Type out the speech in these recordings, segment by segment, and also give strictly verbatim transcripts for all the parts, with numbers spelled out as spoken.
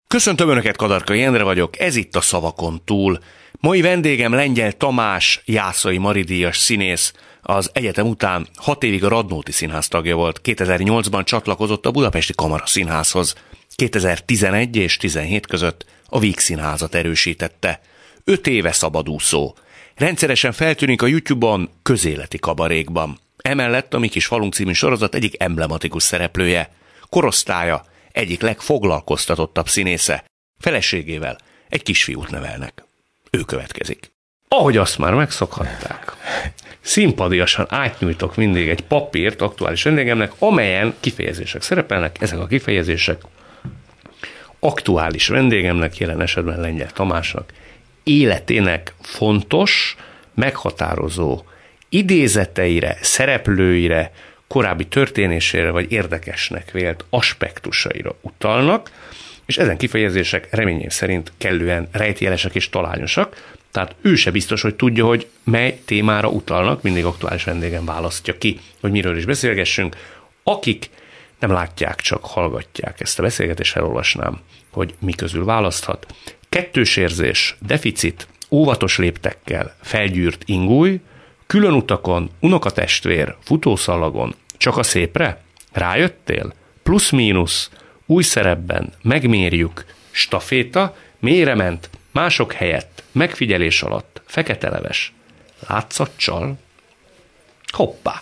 Köszöntöm Önöket, Kadarkai Endre vagyok, ez itt a Szavakon túl. Mai vendégem Lengyel Tamás, Jászai Mari-díjas színész, az egyetem után hat évig a Radnóti Színház tagja volt, kétezer-nyolcban csatlakozott a Budapesti Kamaraszínházhoz, kétezer-tizenegy és tizenhét között a Víg Színházat erősítette. Öt éve szabadúszó. Rendszeresen feltűnik a YouTube-on közéleti kabarékban. Emellett a Mi kis falunk című sorozat egyik emblematikus szereplője. Korosztálya egyik legfoglalkoztatottabb színésze. Feleségével egy kisfiút nevelnek. Ő következik. Ahogy azt már megszokhatták, szimpadiasan átnyújtok mindig egy papírt aktuális vendégemnek, amelyen kifejezések szerepelnek. Ezek a kifejezések aktuális vendégemnek, jelen esetben Lengyel Tamásnak életének fontos, meghatározó idézeteire, szereplőire, korábbi történésére vagy érdekesnek vélt aspektusaira utalnak, és ezen kifejezések reményem szerint kellően rejtjelesek és talányosak, tehát ő se biztos, hogy tudja, hogy mely témára utalnak, mindig aktuális vendégem választja ki, hogy miről is beszélgessünk. Akik nem látják, csak hallgatják ezt a beszélgetést, felolvasnám, hogy mi közül választhat. Kettős érzés, deficit, óvatos léptekkel, felgyűrt ingúj, külön utakon, unokatestvér, futószalagon, csak a szépre? Rájöttél? Plusz-mínusz, új szerepben, megmérjük, staféta, mélyre ment, mások helyett, megfigyelés alatt, fekete leves, látszatcsal? Hoppá!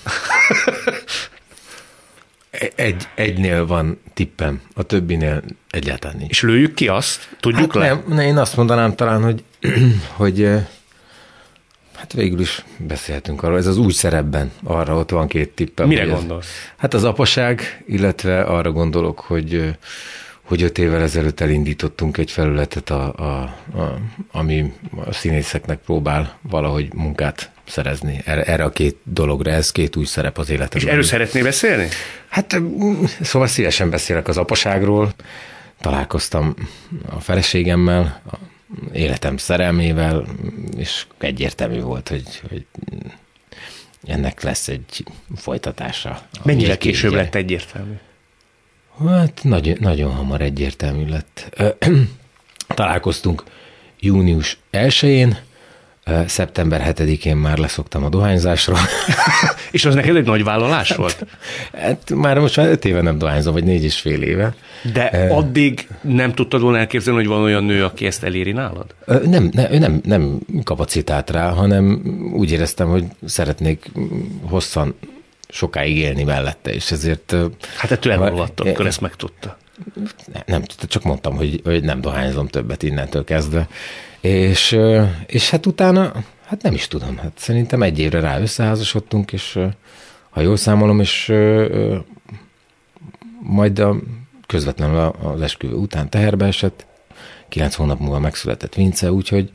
Egy, egynél van tippem, a többinél egyáltalán nincs. És lőjük ki azt? Tudjuk hát le? Nem, ne, én azt mondanám talán, hogy, hogy hát végül is beszélhetünk arról, ez az új szerepben, arra ott van két tippem. Mire gondolsz? Ez, hát az apaság, illetve arra gondolok, hogy, hogy öt évvel ezelőtt elindítottunk egy felületet, a, a, a, ami a színészeknek próbál valahogy munkát szerezni. Erre, erre a két dologra, ez két új szerep az életedben. És erről szeretnél beszélni? Hát szóval szívesen beszélek az apaságról. Találkoztam a feleségemmel, a életem szerelmével, és egyértelmű volt, hogy, hogy ennek lesz egy folytatása. Mennyire később lett egyértelmű? Hát nagyon, nagyon hamar egyértelmű lett. Találkoztunk június elsején, szeptember hetedikén már leszoktam a dohányzásról. És az neked egy nagy vállalás volt? Hát már most már öt éve nem dohányzom, vagy négy és fél éve. De addig nem tudtad volna elképzelni, hogy van olyan nő, aki ezt eléri nálad? Nem, nem, nem, nem kapacitált rá, hanem úgy éreztem, hogy szeretnék hosszan sokáig élni mellette, és ezért... Hát ettől elmaradt, akkor ezt megtudta. Nem, nem, csak mondtam, hogy, hogy nem dohányzom többet innentől kezdve. És, és hát utána, hát nem is tudom, hát szerintem egy évre rá összeházasodtunk, és ha jól számolom, és majd a, közvetlenül az esküvő után teherbe esett, kilenc hónap múlva megszületett Vince, úgyhogy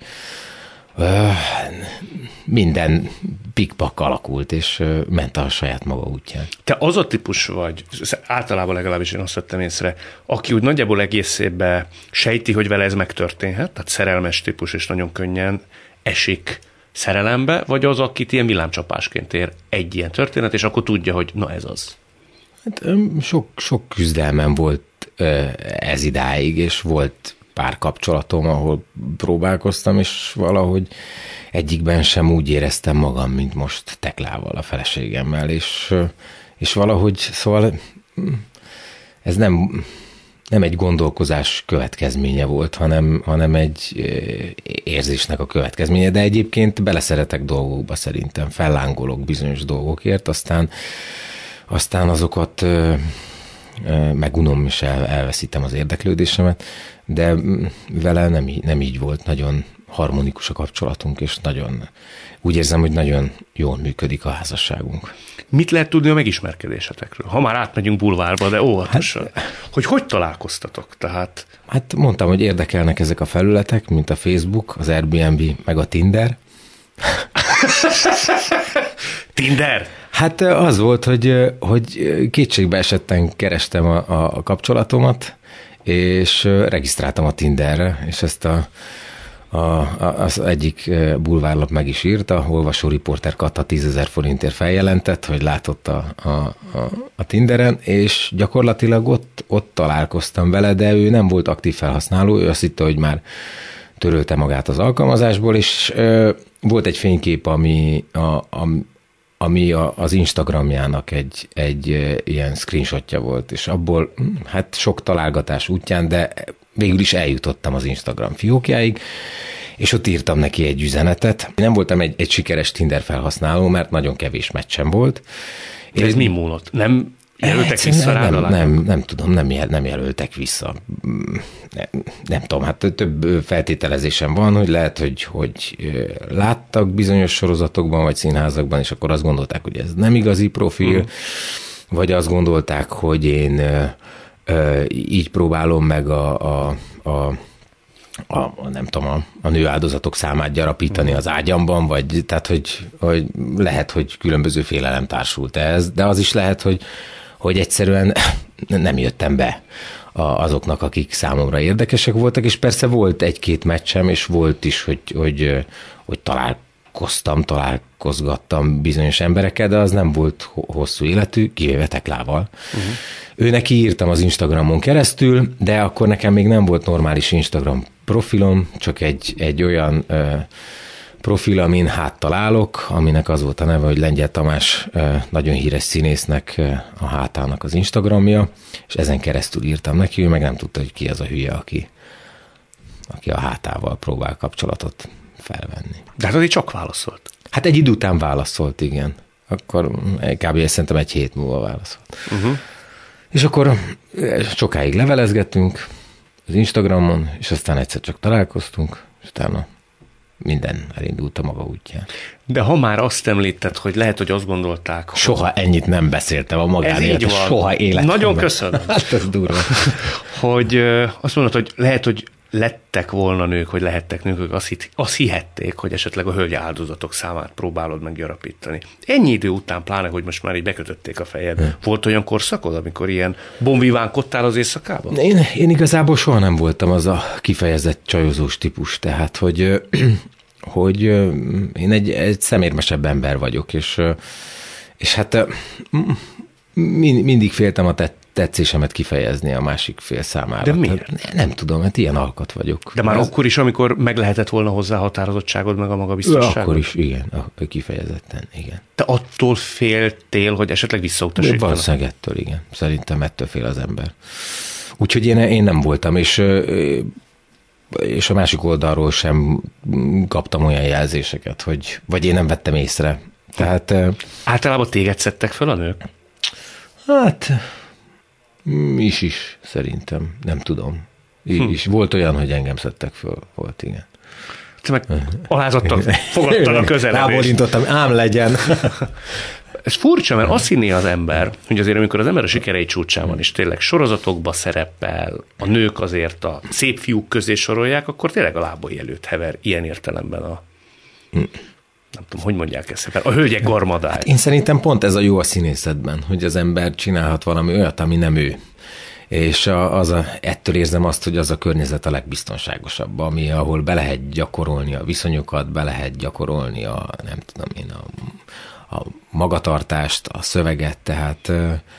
minden pikpak alakult, és ment a saját maga útján. Te az a típus vagy, általában legalábbis én azt vettem észre, aki úgy nagyjából egészében sejti, hogy vele ez megtörténhet, tehát szerelmes típus, és nagyon könnyen esik szerelembe, vagy az, akit ilyen villámcsapásként ér egy ilyen történet, és akkor tudja, hogy na ez az. Hát sok, sok küzdelmem volt ez idáig, és volt pár kapcsolatom, ahol próbálkoztam, és valahogy egyikben sem úgy éreztem magam, mint most Teklával, a feleségemmel, és, és valahogy, szóval ez nem, nem egy gondolkozás következménye volt, hanem, hanem egy érzésnek a következménye, de egyébként beleszeretek dolgokba szerintem, fellángolok bizonyos dolgokért, aztán, aztán azokat megunom, és el, elveszítem az érdeklődésemet, de vele nem, nem így volt, nagyon harmonikus a kapcsolatunk, és nagyon, úgy érzem, hogy nagyon jól működik a házasságunk. Mit lehet tudni a megismerkedésetekről? Ha már átmegyünk bulvárba, de óvatosan. Hát, hogy hogy találkoztatok? Tehát... Hát mondtam, hogy érdekelnek ezek a felületek, mint a Facebook, az Airbnb, meg a Tinder. Tinder? Hát az volt, hogy, hogy kétségbe esetten kerestem a, a kapcsolatomat, és regisztráltam a Tinderre, és ezt a, a, a, az egyik bulvárlap meg is írta, olvasó riporter Kata tízezer forintért feljelentett, hogy látott a, a, a, a Tinderen, és gyakorlatilag ott, ott találkoztam vele, de ő nem volt aktív felhasználó, ő azt hitte, hogy már törölte magát az alkalmazásból, és ö, volt egy fénykép, ami, a, a, ami a, az Instagramjának egy, egy ö, ilyen screenshotja volt, és abból hát sok találgatás útján, de végül is eljutottam az Instagram fiókjáig, és ott írtam neki egy üzenetet. Én nem voltam egy, egy sikeres Tinder felhasználó, mert nagyon kevés meccsem volt. De ez mi múlott? Nem jelöltek vissza rá? Nem, nem, nem tudom, nem, jel, nem jelöltek vissza. Nem, nem tudom, hát több feltételezésem van, hogy lehet, hogy, hogy láttak bizonyos sorozatokban, vagy színházakban, és akkor azt gondolták, hogy ez nem igazi profil, uh-huh. vagy azt gondolták, hogy én így próbálom meg a, a, a A, a, nem tudom, a, a nőáldozatok számát gyarapítani az ágyamban, vagy tehát, hogy, hogy lehet, hogy különböző félelem társult ez, de az is lehet, hogy, hogy egyszerűen nem jöttem be azoknak, akik számomra érdekesek voltak, és persze volt egy-két meccsem, és volt is, hogy, hogy, hogy találkoztam, találkozgattam bizonyos emberekkel, de az nem volt hosszú életű, kivéve Teklával. Uh-huh. Ő neki írtam az Instagramon keresztül, de akkor nekem még nem volt normális Instagram profilom, csak egy, egy olyan ö, profil, amin háttal állok, aminek az volt a neve, hogy Lengyel Tamás ö, nagyon híres színésznek ö, a hátának az Instagramja, és ezen keresztül írtam neki, ő meg nem tudta, hogy ki az a hülye, aki, aki a hátával próbál kapcsolatot felvenni. De hát azért csak válaszolt. Hát egy idő után válaszolt, igen. Akkor kb. Szerintem egy hét múlva válaszolt. Uh-huh. És akkor sokáig levelezgettünk az Instagramon, és aztán egyszer csak találkoztunk, és utána minden elindult a maga útján. De ha már azt említed, hogy lehet, hogy azt gondolták, hogy... Soha ennyit nem beszéltem a magánéletet, soha életemben. Nagyon köszönöm. Hát ez durva. Hogy azt mondod, hogy lehet, hogy lettek volna nők, hogy lehettek nők, hogy azt, hitt, azt hihették, hogy esetleg a hölgy áldozatok számát próbálod meg gyarapítani. Ennyi idő után, pláne, hogy most már így bekötötték a fejed. Hmm. Volt olyan korszakod, amikor ilyen bombivánkodtál az éjszakában? Én, én igazából soha nem voltam az a kifejezett csajozós típus, tehát, hogy, hogy én egy, egy szemérmesebb ember vagyok, és, és hát mindig féltem a tett tetszésemet kifejezni a másik fél számára. De miért? Hát, nem tudom, hát ilyen alkat vagyok. De már ez... akkor is, amikor meg lehetett volna hozzá határozottságod, meg a magabiztosságod? Akkor is, igen, kifejezetten, igen. Te attól féltél, hogy esetleg visszautasítanak? Valószínűleg ettől, igen. Szerintem ettől fél az ember. Úgyhogy én, én nem voltam, és, és a másik oldalról sem kaptam olyan jelzéseket, hogy vagy én nem vettem észre. Tehát... Általában téged szedtek fel a nők? Hát... Is is, szerintem. Nem tudom. És hm. volt olyan, hogy engem szedtek föl. Volt, igen. Te meg alázottan fogadtad a közeledést. Ráborintottam, ám legyen. Ez furcsa, mert azt hinné az ember, hogy azért amikor az ember a sikerei csúcsán van, és tényleg sorozatokba szerepel, a nők azért a szép fiúk közé sorolják, akkor tényleg a lábai előtt hever ilyen értelemben a... Hm. Nem tudom, hogy mondják ezt szépen, a hölgyek garmadája. Hát én szerintem pont ez a jó a színészetben, hogy az ember csinálhat valami olyat, ami nem ő. És az a, ettől érzem azt, hogy az a környezet a legbiztonságosabb, ami, ahol be lehet gyakorolni a viszonyokat, be lehet gyakorolni a, nem tudom én, a, a magatartást, a szöveget, tehát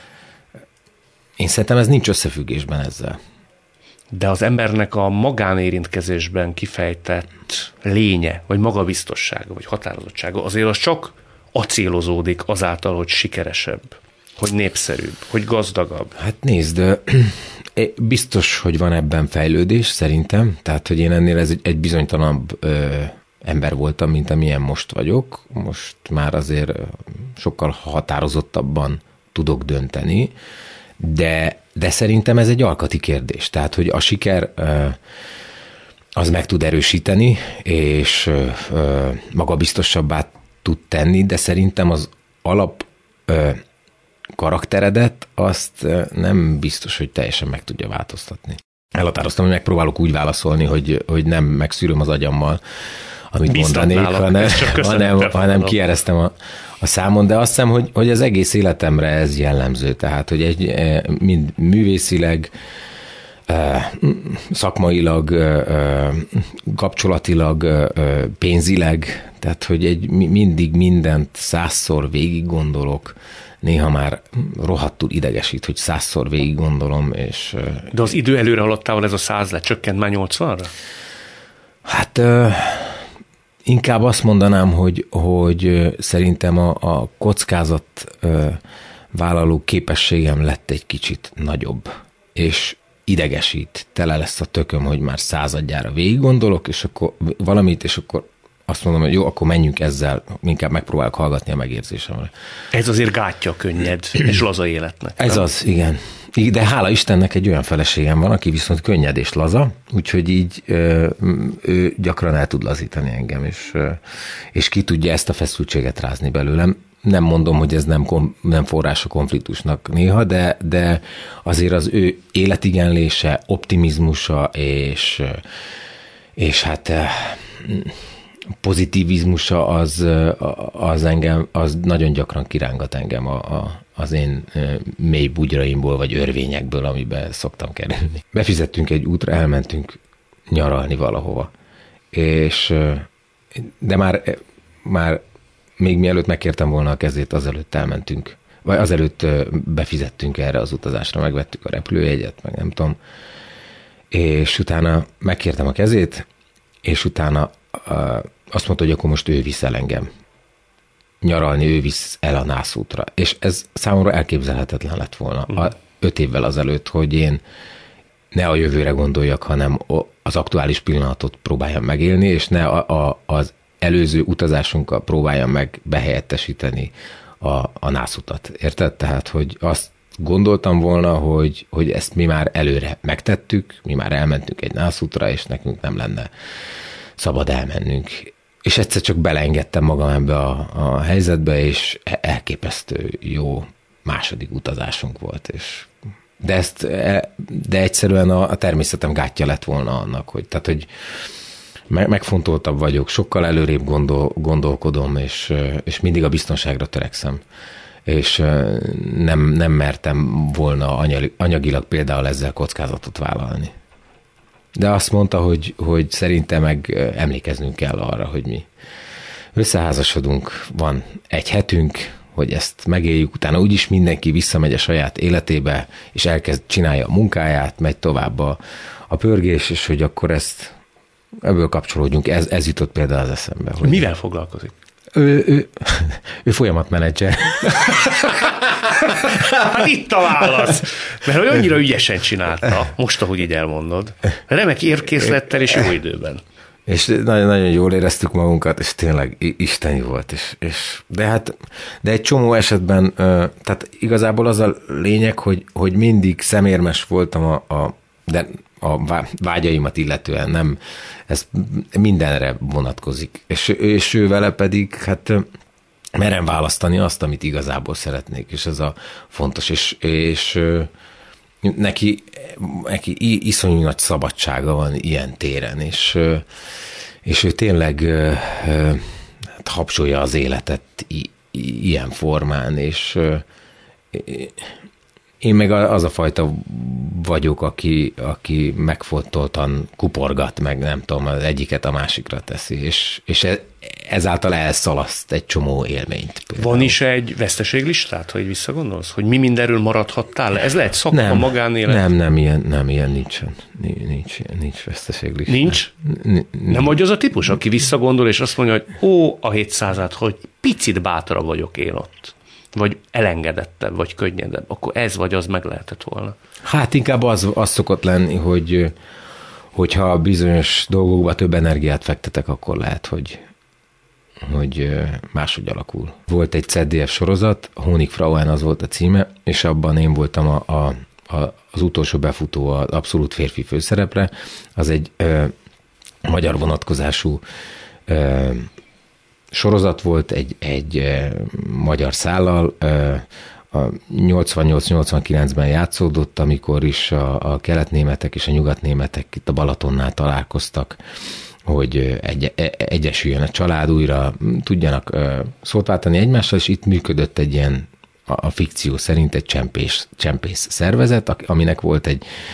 én szerintem ez nincs összefüggésben ezzel. De az embernek a magánérintkezésben kifejtett lénye, vagy magabiztossága, vagy határozottsága, azért az csak acélozódik azáltal, hogy sikeresebb, hogy népszerűbb, hogy gazdagabb. Hát nézd, biztos, hogy van ebben fejlődés, szerintem. Tehát, hogy én ennél ez egy bizonytalanabb ö, ember voltam, mint amilyen most vagyok. Most már azért sokkal határozottabban tudok dönteni, de de szerintem ez egy alkati kérdés. Tehát, hogy a siker az meg tud erősíteni, és magabiztosabbá tud tenni, de szerintem az alap karakteredet azt nem biztos, hogy teljesen meg tudja változtatni. Elhatároztam, hogy megpróbálok úgy válaszolni, hogy, hogy nem megszűröm az agyammal, amit Biztat mondanék, nálak, hanem, hanem, hanem kieresztem a, a számon, de azt hiszem, hogy, hogy az egész életemre ez jellemző, tehát, hogy egy, mind művészileg, szakmailag, kapcsolatilag, pénzileg, tehát hogy egy, mindig mindent százszor végig gondolok, néha már rohadtul idegesít, hogy százszor végig gondolom, és... De az idő előre haladtával ez a száz lecsökkent már nyolcvanra? Hát inkább azt mondanám, hogy, hogy szerintem a, a kockázat vállaló képességem lett egy kicsit nagyobb, és idegesít, tele lesz a tököm, hogy már századjára végig gondolok, és akkor valamit, és akkor azt mondom, hogy jó, akkor menjünk ezzel, inkább megpróbálok hallgatni a megérzésemre. Ez azért gátja könnyed és laza életnek. Ez nem? Az, igen. De hála Istennek egy olyan feleségem van, aki viszont könnyed és laza, úgyhogy így ő gyakran el tud lazítani engem, és, és ki tudja ezt a feszültséget rázni belőlem. Nem mondom, hogy ez nem, nem forrás a konfliktusnak néha, de, de azért az ő életigenlése, optimizmusa és, és hát pozitivizmusa az, az engem, az nagyon gyakran kirángat engem a, a, az én mély bugyraimból, vagy örvényekből, amiben szoktam kerülni. Befizettünk egy útra, elmentünk nyaralni valahova, és de már, már még mielőtt megkértem volna a kezét, azelőtt elmentünk, vagy azelőtt befizettünk erre az utazásra, megvettük a repülőjegyet, meg nem tudom, és utána megkértem a kezét, és utána azt mondta, hogy akkor most ő visz el engem. Nyaralni, ő visz el a nászútra. És ez számomra elképzelhetetlen lett volna. A öt évvel azelőtt, hogy én ne a jövőre gondoljak, hanem az aktuális pillanatot próbáljam megélni, és ne a, a, az előző utazásunkkal próbáljam meg behelyettesíteni a, a nászutat. Érted? Tehát, hogy azt gondoltam volna, hogy, hogy ezt mi már előre megtettük, mi már elmentünk egy nászútra, és nekünk nem lenne szabad elmennünk. És egyszer csak beleengedtem magam ebbe a, a helyzetbe, és elképesztő jó második utazásunk volt. És de, ezt, de egyszerűen a, a természetem gátja lett volna annak, hogy, tehát, hogy megfontoltabb vagyok, sokkal előrébb gondol, gondolkodom, és, és mindig a biztonságra törekszem. És nem, nem mertem volna anyagilag például ezzel kockázatot vállalni. De azt mondta, hogy, hogy szerintem meg emlékeznünk kell arra, hogy mi összeházasodunk, van egy hetünk, hogy ezt megéljük, utána úgyis mindenki visszamegy a saját életébe, és elkezd csinálja a munkáját, megy tovább a, a pörgés, és hogy akkor ezt ebből kapcsolódjunk. Ez, ez jutott például az eszembe. Hogy mivel foglalkozik? Ő, ő, ő folyamatmenedzser. Hát itt a válasz. Mert hogy annyira ügyesen csinálta, most, ahogy így elmondod. Remek érkészlettel és jó időben. És nagyon-nagyon jól éreztük magunkat, és tényleg isteni volt. És, és, de hát, de egy csomó esetben, tehát igazából az a lényeg, hogy, hogy mindig szemérmes voltam a, a de a vágyaimat illetően, nem, ez mindenre vonatkozik. És, és ő vele pedig, hát merem választani azt, amit igazából szeretnék, és ez a fontos, és, és neki, neki iszonyú nagy szabadsága van ilyen téren, és, és ő tényleg hát, hapsolja az életet i, i, ilyen formán, és én meg az a fajta vagyok, aki, aki megfontoltan kuporgat, meg nem tudom, az egyiket a másikra teszi, és, és ezáltal elszalaszt egy csomó élményt. Például. Van is egy veszteséglistát, ha így visszagondolsz? Hogy mi mindenről maradhattál? Ez lehet szakma, nem, magánélet? Nem, nem, ilyen, nem, ilyen nincsen. Nincs, nincs veszteséglista. Nincs? N- nem vagy az a típus, aki visszagondol, és azt mondja, hogy ó, a hétszázad, hogy picit bátrabb vagyok én ott. Vagy elengedettebb, vagy könnyedebb, akkor ez vagy az meg lehetett volna. Hát inkább az, az szokott lenni, hogy hogyha bizonyos dolgokba több energiát fektetek, akkor lehet, hogy, hogy máshogy alakul. Volt egy zé dé ef sorozat, Honig Frauen az volt a címe, és abban én voltam a, a, a, az utolsó befutó az abszolút férfi főszerepre. Az egy ö, magyar vonatkozású ö, sorozat volt, egy, egy e, magyar szállal, e, a nyolcvannyolc nyolcvankilencben játszódott, amikor is a, a keletnémetek és a nyugatnémetek itt a Balatonnál találkoztak, hogy egy, e, egyesüljön a család, újra tudjanak e, szót váltani egymással, és itt működött egy ilyen, a, a fikció szerint egy csempész, csempész szervezet, aminek volt egy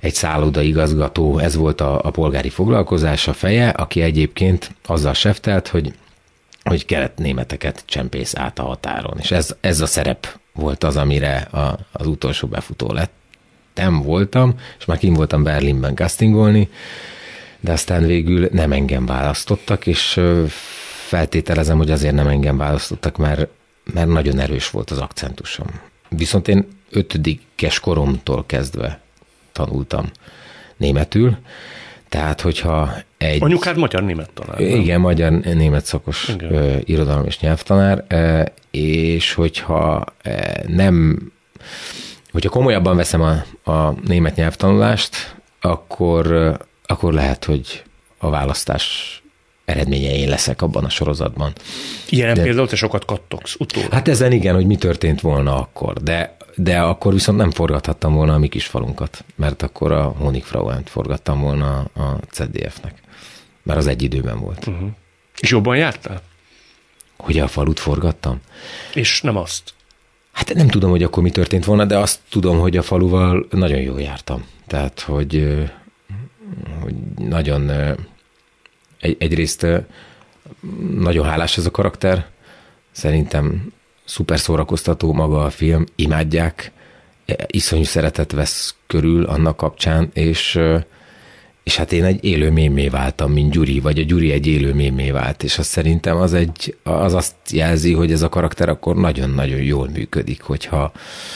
egy szállodaigazgató, ez volt a, a polgári foglalkozása feje, aki egyébként azzal seftelt, hogy, hogy kelet-németeket csempész át a határon. És ez, ez a szerep volt az, amire a, az utolsó befutó lettem voltam, és már kint voltam Berlinben castingolni, de aztán végül nem engem választottak, és feltételezem, hogy azért nem engem választottak, mert, mert nagyon erős volt az akcentusom. Viszont én ötödikes koromtól kezdve tanultam németül, tehát hogyha egy... Anyukád magyar-német tanár. Igen, magyar-német szakos igen. irodalom és nyelvtanár, és hogyha nem, hogyha komolyabban veszem a, a német nyelvtanulást, akkor, akkor lehet, hogy a választás eredménye én leszek abban a sorozatban. Ilyen de, például te sokat kattogsz utólag. Hát ezen igen, hogy mi történt volna akkor, de, de akkor viszont nem forgathattam volna a mi kis falunkat, mert akkor a Honigfrauent forgattam volna a cé dé ef-nek, mert az egy időben volt. Uh-huh. És jobban jártál? Hogy a falut forgattam? És nem azt? Hát nem tudom, hogy akkor mi történt volna, de azt tudom, hogy a faluval nagyon jól jártam. Tehát, hogy, hogy nagyon... Egy, egyrészt nagyon hálás ez a karakter, szerintem szuper szórakoztató maga a film, imádják, iszonyú szeretet vesz körül annak kapcsán, és, és hát én egy élő mémé váltam, mint Gyuri, vagy a Gyuri egy élő mémé vált, és azt szerintem az, egy, az azt jelzi, hogy ez a karakter akkor nagyon-nagyon jól működik, hogyha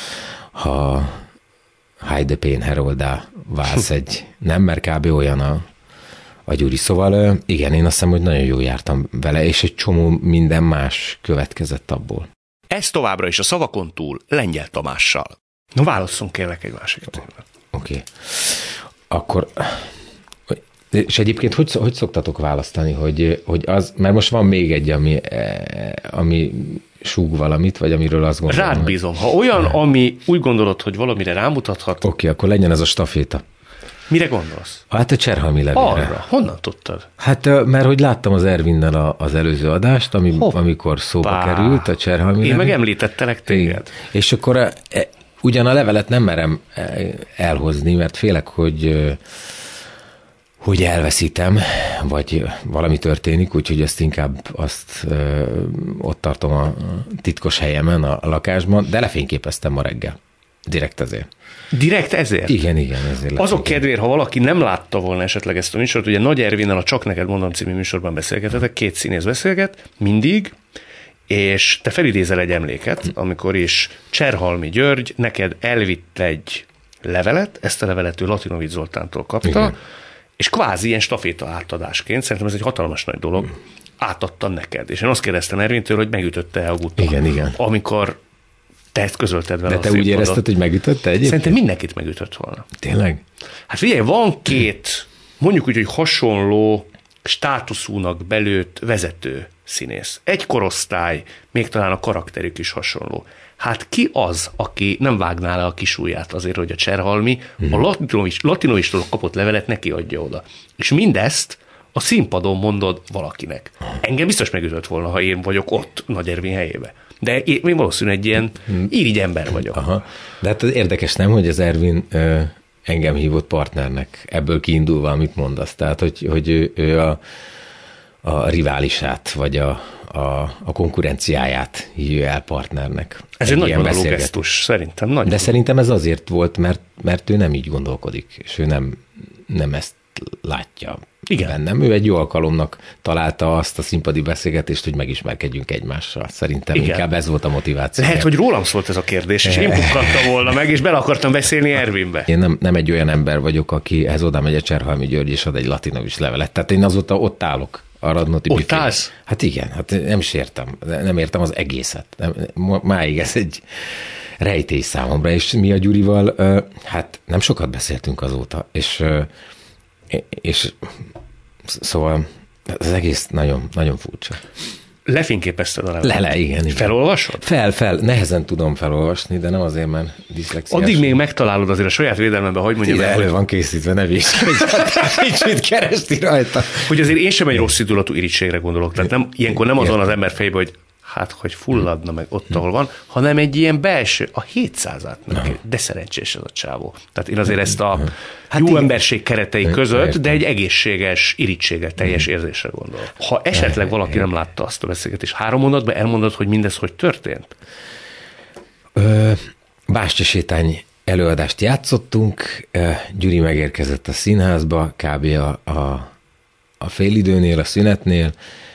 ha Heide Pain Heroldá válsz egy, nem, mert kb. Olyan a a Gyuri. Szóval igen, én azt hiszem, hogy nagyon jól jártam vele, és egy csomó minden más következett abból. Ez továbbra is a szavakon túl Lengyel Tamással. No, válasszunk kérlek egy másik témát. Oké. Okay. Akkor, és egyébként hogy, hogy szoktatok választani, hogy, hogy az, mert most van még egy, ami, ami súg valamit, vagy amiről azt gondolom. Rád bízom. Ha olyan, ami úgy gondolod, hogy valamire rámutathat. Oké, okay, akkor legyen ez a staféta. Mire gondolsz? Hát a Cserhalmi levélre. Arra? Honnan tudtad? Hát, mert hogy láttam az Ervinnel az előző adást, ami, amikor szóba Bá. került a Cserhalmi levél. Én meg említettelek téged. És akkor e, ugyan a levelet nem merem elhozni, mert félek, hogy, hogy elveszítem, vagy valami történik, úgyhogy ezt inkább azt ott tartom a titkos helyemen, a lakásban, de lefényképeztem ma reggel. Direkt ezért. Direkt ezért? Igen, igen. Ezért Azok kedvéért, ha valaki nem látta volna esetleg ezt a műsort, ugye Nagy Ervinnel a Csak neked mondom című műsorban beszélgetetek, két színész beszélget, mindig, és te felidézel egy emléket, amikor is Cserhalmi György neked elvitt egy levelet, ezt a levelet ő Latinovics Zoltántól kapta, igen. És kvázi ilyen staféta átadásként, szerintem ez egy hatalmas nagy dolog, átadta neked. És én azt kérdeztem Ervintől, hogy megütötte-e a guta. Igen, igen. Amikor te ezt közölted vele. De te úgy érezted, hogy megütötte egyébként? Szerintem mindenkit megütött volna. Tényleg? Hát figyelj, van két, mondjuk úgy, hogy hasonló státuszúnak belőtt vezető színész. Egy korosztály, még talán a karakterük is hasonló. Hát ki az, aki nem vágná le a kis ujját azért, hogy a Cserhalmi hmm. a Latinovics-tól kapott levelet neki adja oda. És mindezt a színpadon mondod valakinek. Engem biztos megütött volna, ha én vagyok ott Nagy Ervin helyébe. De én valószínűleg egy ilyen irigy ember vagyok. Aha. De hát érdekes nem, hogy az Ervin ö, engem hívott partnernek, ebből kiindulva, amit mondasz. Tehát, hogy, hogy ő, ő a, a riválisát, vagy a, a, a konkurenciáját hívja el partnernek. Ez egy, egy nagy vonalú gesztus, szerintem. Nagy. De szerintem ez azért volt, mert, mert ő nem így gondolkodik, és ő nem, nem ezt látja. Igen. Bennem. Ő egy jó alkalomnak találta azt a színpadi beszélgetést, hogy megismerkedjünk egymással. Szerintem igen. Inkább ez volt a motiváció. Lehet, hogy rólam szólt ez a kérdés, és én pukkadtam volna meg, és bele akartam beszélni Ervinbe. Én nem, nem egy olyan ember vagyok, akihez oda megy a Cserhalmi György, és ad egy Latinovics levelet. Tehát én azóta ott állok. A Radnóti ott állsz? Hát igen, hát nem is értem. Nem értem az egészet. Nem, máig ez egy rejtély számomra, és mi a Gyurival, hát nem sokat beszéltünk azóta, és és szóval az egész nagyon, nagyon furcsa. Lefényképezted a levelet? Le, le, igen, igen. Felolvasod? Fel, fel. Nehezen tudom felolvasni, de nem azért, mert diszlexiás. Addig még megtalálod azért a saját védelmemben, hogy mondjam. Elő hogy... van készítve, ne vés, hogy nincs mit keresni rajta. Hogy azért én sem egy rossz indulatú irítségre gondolok. Tehát nem, ilyenkor nem azon az ember fejében, hogy hát hogy fulladna meg ott, ahol van, hanem egy ilyen belső, a hétszázat, de szerencsés ez a csávó. Tehát én azért ezt a hát jó igen. emberség keretei között, de egy egészséges, irítséggel teljes érzésre gondol. Ha esetleg valaki nem látta azt a beszélgetést, három mondatban elmondod, hogy mindez hogy történt? Ö, Bástya sétány előadást játszottunk, Gyuri megérkezett a színházba, kb. a, a, a félidőnél, a szünetnél,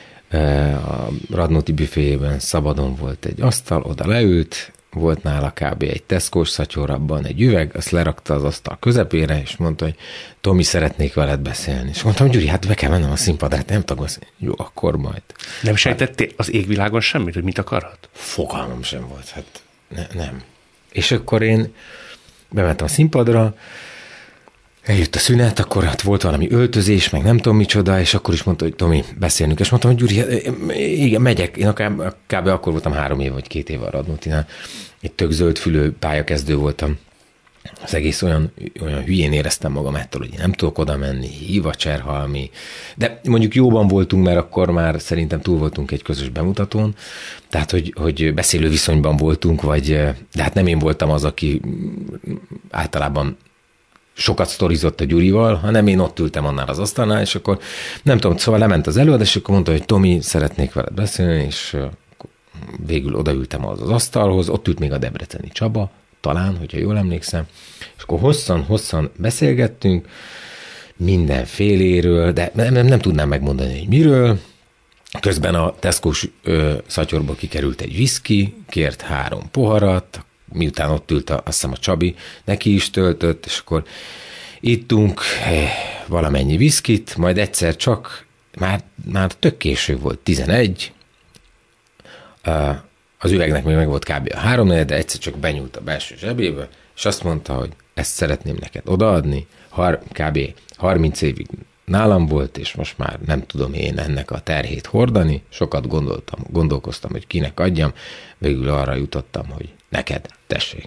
a Radnóti büféjében szabadon volt egy asztal, oda leült, volt nála kb. Egy Tesco-s szatyorabban egy üveg, azt lerakta az asztal közepére, és mondta, hogy Tomi, szeretnék veled beszélni. És mondtam, Gyuri, hát be kell mennem a színpadra, hát nem tudom, jó, akkor majd. Nem sejtettél az égvilágon semmit, hogy mit akarhat? Fogalmam sem volt, hát ne, nem. És akkor én bementem a színpadra, eljött a szünet, akkor hát volt valami öltözés, meg nem tudom micsoda, és akkor is mondta, hogy Tomi, beszélnünk. És mondtam, hogy Gyuri, igen, megyek. Én akár, kb. Akkor voltam három év, vagy két év a Radnótinál. Egy tök zöldfülő pályakezdő voltam. Az egész olyan, olyan hülyén éreztem magam ettől, hogy én nem tudok oda menni, hív a Cserhalmi. De mondjuk jóban voltunk, mert akkor már szerintem túl voltunk egy közös bemutatón, tehát hogy, hogy beszélő viszonyban voltunk, vagy, de hát nem én voltam az, aki általában sokat sztorizott a Gyurival, hanem én ott ültem annál az asztalnál, és akkor nem tudom, szóval lement az előadás, és akkor mondta, hogy Tomi, szeretnék veled beszélni, és végül odaültem az, az asztalhoz, ott ült még a debreceni Csaba, talán, hogyha jól emlékszem, és akkor hosszan-hosszan beszélgettünk mindenféléről, de nem, nem, nem tudnám megmondani, hogy miről. Közben a Tesco-s ö, szatyorból kikerült egy viszki, kért három poharat, miután ott ült a, azt hiszem a Csabi, neki is töltött, és akkor ittunk eh, valamennyi viszkit, majd egyszer csak, már, már tök késő volt, tizenegy, uh, az üvegnek még meg volt kb. A háromnegyed, de egyszer csak benyúlt a belső zsebébe, és azt mondta, hogy ezt szeretném neked odaadni, har, kb. harminc évig nálam volt, és most már nem tudom én ennek a terhét hordani, sokat gondoltam, gondolkoztam, hogy kinek adjam, végül arra jutottam, hogy neked, tessék.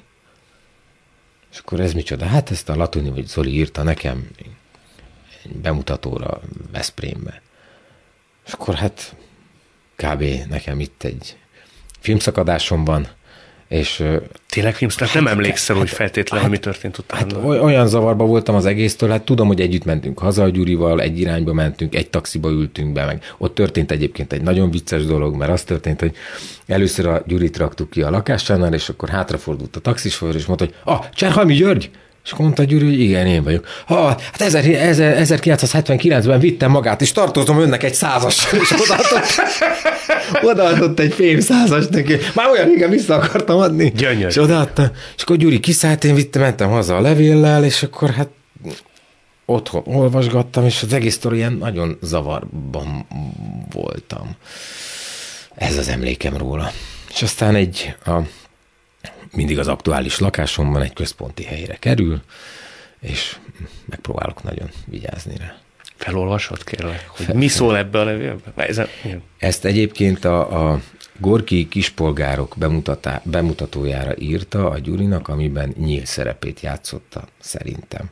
És akkor ez micsoda? Hát ezt a Latoni vagy Zoli írta nekem egy bemutatóra Veszprémbe. És akkor hát kb. Nekem itt egy filmszakadásom van, és... Tényleg filmszakadásom? Hát, nem emlékszel, hát, hogy feltétlenül hát, mi történt utána? Hát olyan zavarba voltam az egésztől, hát tudom, hogy együtt mentünk haza a Gyurival, egy irányba mentünk, egy taxiba ültünk be, meg ott történt egyébként egy nagyon vicces dolog, mert az történt, hogy először a Gyurit raktuk ki a lakásánál, és akkor hátrafordult a taxisofőr, és mondta, hogy ah, Cserhalmi György! És akkor mondta Gyuri, hogy igen, én vagyok. Ha, hát ezerkilencszázhetvenkilencben vittem magát, és tartozom önnek egy százas. És odaadott, odaadott egy fém százas neki. Már olyan régen vissza akartam adni. Gyönyör. És odaadta. És akkor Gyuri kiszállt, én vittem, mentem haza a levéllel, és akkor hát otthon olvasgattam, és az egész sztori ilyen nagyon zavarban voltam. Ez az emlékem róla. És aztán egy... A, mindig az aktuális lakásomban egy központi helyre kerül, és megpróbálok nagyon vigyázni rá. Felolvasod, kérlek, hogy Fel, mi szól ebbe a levélbe? Ezt egyébként a, a Gorki Kispolgárok bemutatá, bemutatójára írta a Gyurinak, amiben Nyíl szerepét játszotta, szerintem.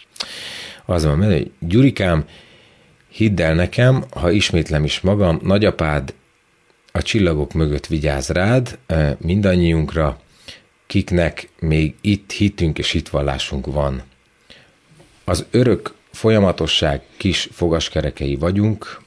Az van, hogy Gyurikám, hidd el nekem, ha ismétlem is magam, nagyapád a csillagok mögött vigyáz rád, mindannyiunkra, kiknek még itt hitünk és hitvallásunk van. Az örök folyamatosság kis fogaskerekei vagyunk,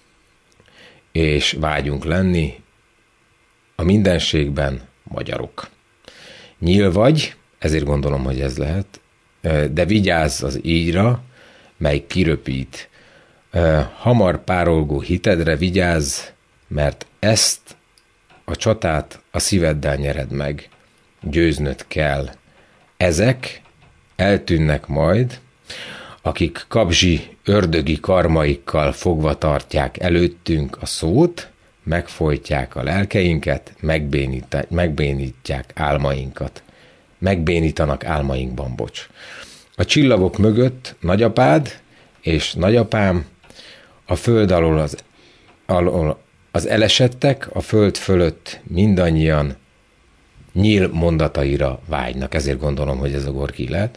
és vágyunk lenni a mindenségben magyarok. Nyíl vagy, ezért gondolom, hogy ez lehet, de vigyázz az íjra, mely kiröpít. Hamar párolgó hitedre vigyázz, mert ezt a csatát a szíveddel nyered meg. Győznöd kell. Ezek eltűnnek majd, akik kabzsi ördögi karmaikkal fogva tartják előttünk a szót, megfojtják a lelkeinket, megbénítják, megbénítják álmainkat. Megbénítanak álmainkban, bocs. A csillagok mögött nagyapád és nagyapám, a föld alól az, alól az elesettek, a föld fölött mindannyian Nyíl mondataira vágynak, ezért gondolom, hogy ez a Gorki lett,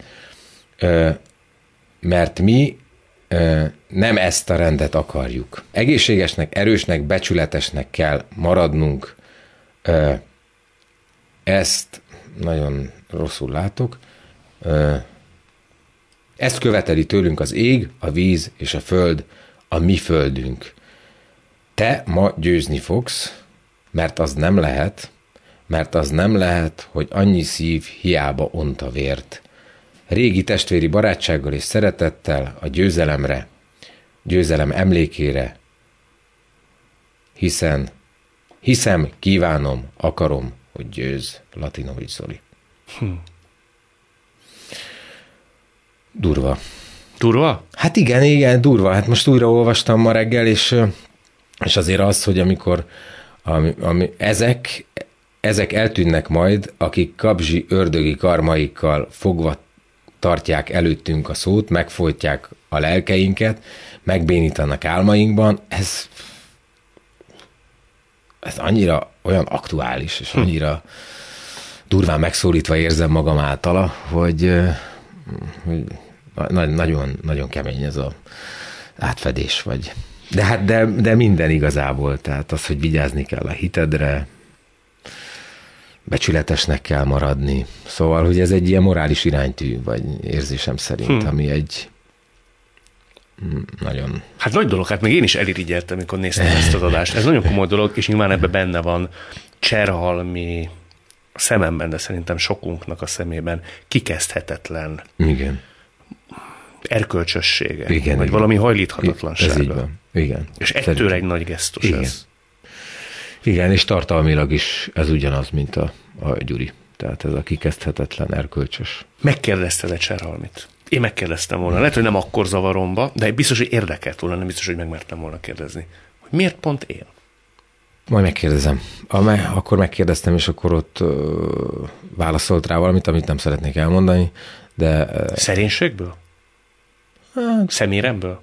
mert mi nem ezt a rendet akarjuk. Egészségesnek, erősnek, becsületesnek kell maradnunk Ezt nagyon rosszul látok. Ezt követeli tőlünk az ég, a víz és a föld, a mi földünk. Te ma győzni fogsz, mert az nem lehet, mert az nem lehet, hogy annyi szív hiába ont a vért. Régi testvéri barátsággal és szeretettel a győzelemre, győzelem emlékére, hiszen, hiszem, kívánom, akarom, hogy győz. Latinovics Zoli. Hm. Durva. Durva? Hát igen, igen, durva. Hát most újra olvastam ma reggel, és, és azért az, hogy amikor ami, ami, ezek, ezek eltűnnek majd, akik kabzsi ördögi karmaikkal fogva tartják előttünk a szót, megfojtják a lelkeinket, megbénítanak álmainkban, ez, ez annyira olyan aktuális, és annyira durván megszólítva érzem magam általa, hogy, hogy nagyon, nagyon kemény ez az átfedés, vagy. De hát de, de minden igazából, tehát az, hogy vigyázni kell a hitedre, becsületesnek kell maradni. Szóval, hogy ez egy ilyen morális iránytű, vagy érzésem szerint, hmm. ami egy nagyon... Hát nagy dolog, hát még én is elirigyeltem, amikor néztem ezt az adást. Ez nagyon komoly dolog, és nyilván ebben benne van cserhalmi szememben, de szerintem sokunknak a szemében kikezdhetetlen igen. erkölcsössége, igen, vagy igen. valami hajlíthatatlansága. Ez így van. Igen. És ettől Szerint. egy nagy gesztus igen. ez. Igen, és tartalmilag is ez ugyanaz, mint a, a Gyuri. Tehát ez a kikezdhetetlen erkölcsös. Megkérdezted-e Cserhalmit? Én megkérdeztem volna. Lehet, hogy nem akkor zavaromba, de biztos, hogy érdekelt volna, nem biztos, hogy megmertem volna kérdezni. Hogy miért pont én? Majd megkérdezem. A, akkor megkérdeztem, és akkor ott ö, válaszolt rá valamit, amit nem szeretnék elmondani, de... Ö, Szerénységből? Hát, szeméremből?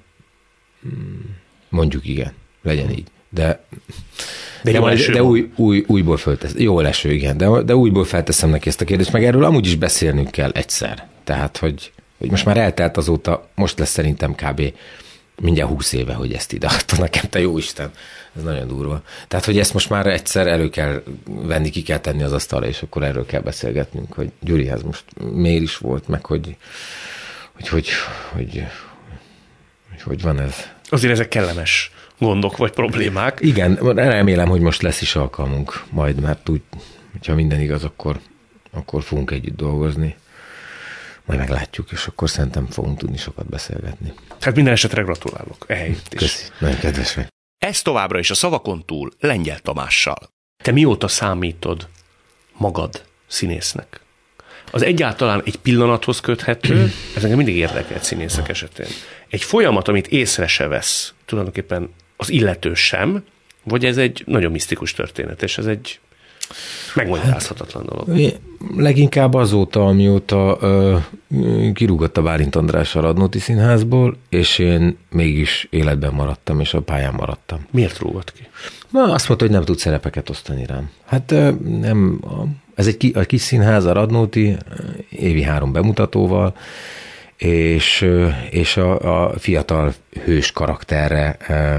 Mondjuk igen, legyen így. De, de, de, majd, de új, új, újból fölteszem. Jó leső, igen, de, de újból felteszem neki ezt a kérdést, meg erről amúgy is beszélnünk kell egyszer. Tehát, hogy, hogy most már eltelt azóta, most lesz szerintem kb. Mindjárt húsz éve, hogy ezt ide adta nekem, te jó Isten. Ez nagyon durva. Tehát, hogy ezt most már egyszer elő kell venni, ki kell tenni az asztalra, és akkor erről kell beszélgetnünk, hogy Gyurihez most miért is volt, meg hogy hogy hogy, hogy, hogy, hogy van ez. Azért ezek kellemes gondok vagy problémák. Igen, remélem, hogy most lesz is alkalmunk majd, mert úgy, hogyha minden igaz, akkor, akkor fogunk együtt dolgozni. Majd meglátjuk, és akkor szerintem fogunk tudni sokat beszélgetni. Hát minden esetre gratulálok ehelyett is. Köszi, nagyon kedves vagy. Ez továbbra is a Szavakon túl Lengyel Tamással. Te mióta számítod magad színésznek? Az egyáltalán egy pillanathoz köthető, ez engem mindig érdekelt színészek esetén. Egy folyamat, amit észre se vesz, tulajdonképpen az illető sem, vagy ez egy nagyon misztikus történet, és ez egy megmagyarázhatatlan dolog. Leginkább azóta, amióta ö, kirúgott a Bálint András a Radnóti Színházból, és én mégis életben maradtam, és a pályán maradtam. Miért rúgott ki? Na, azt mondta, hogy nem tud szerepeket osztani rám. Hát nem, ez egy a kis színház, a Radnóti, évi három bemutatóval, és, és a, a fiatal hős karakterre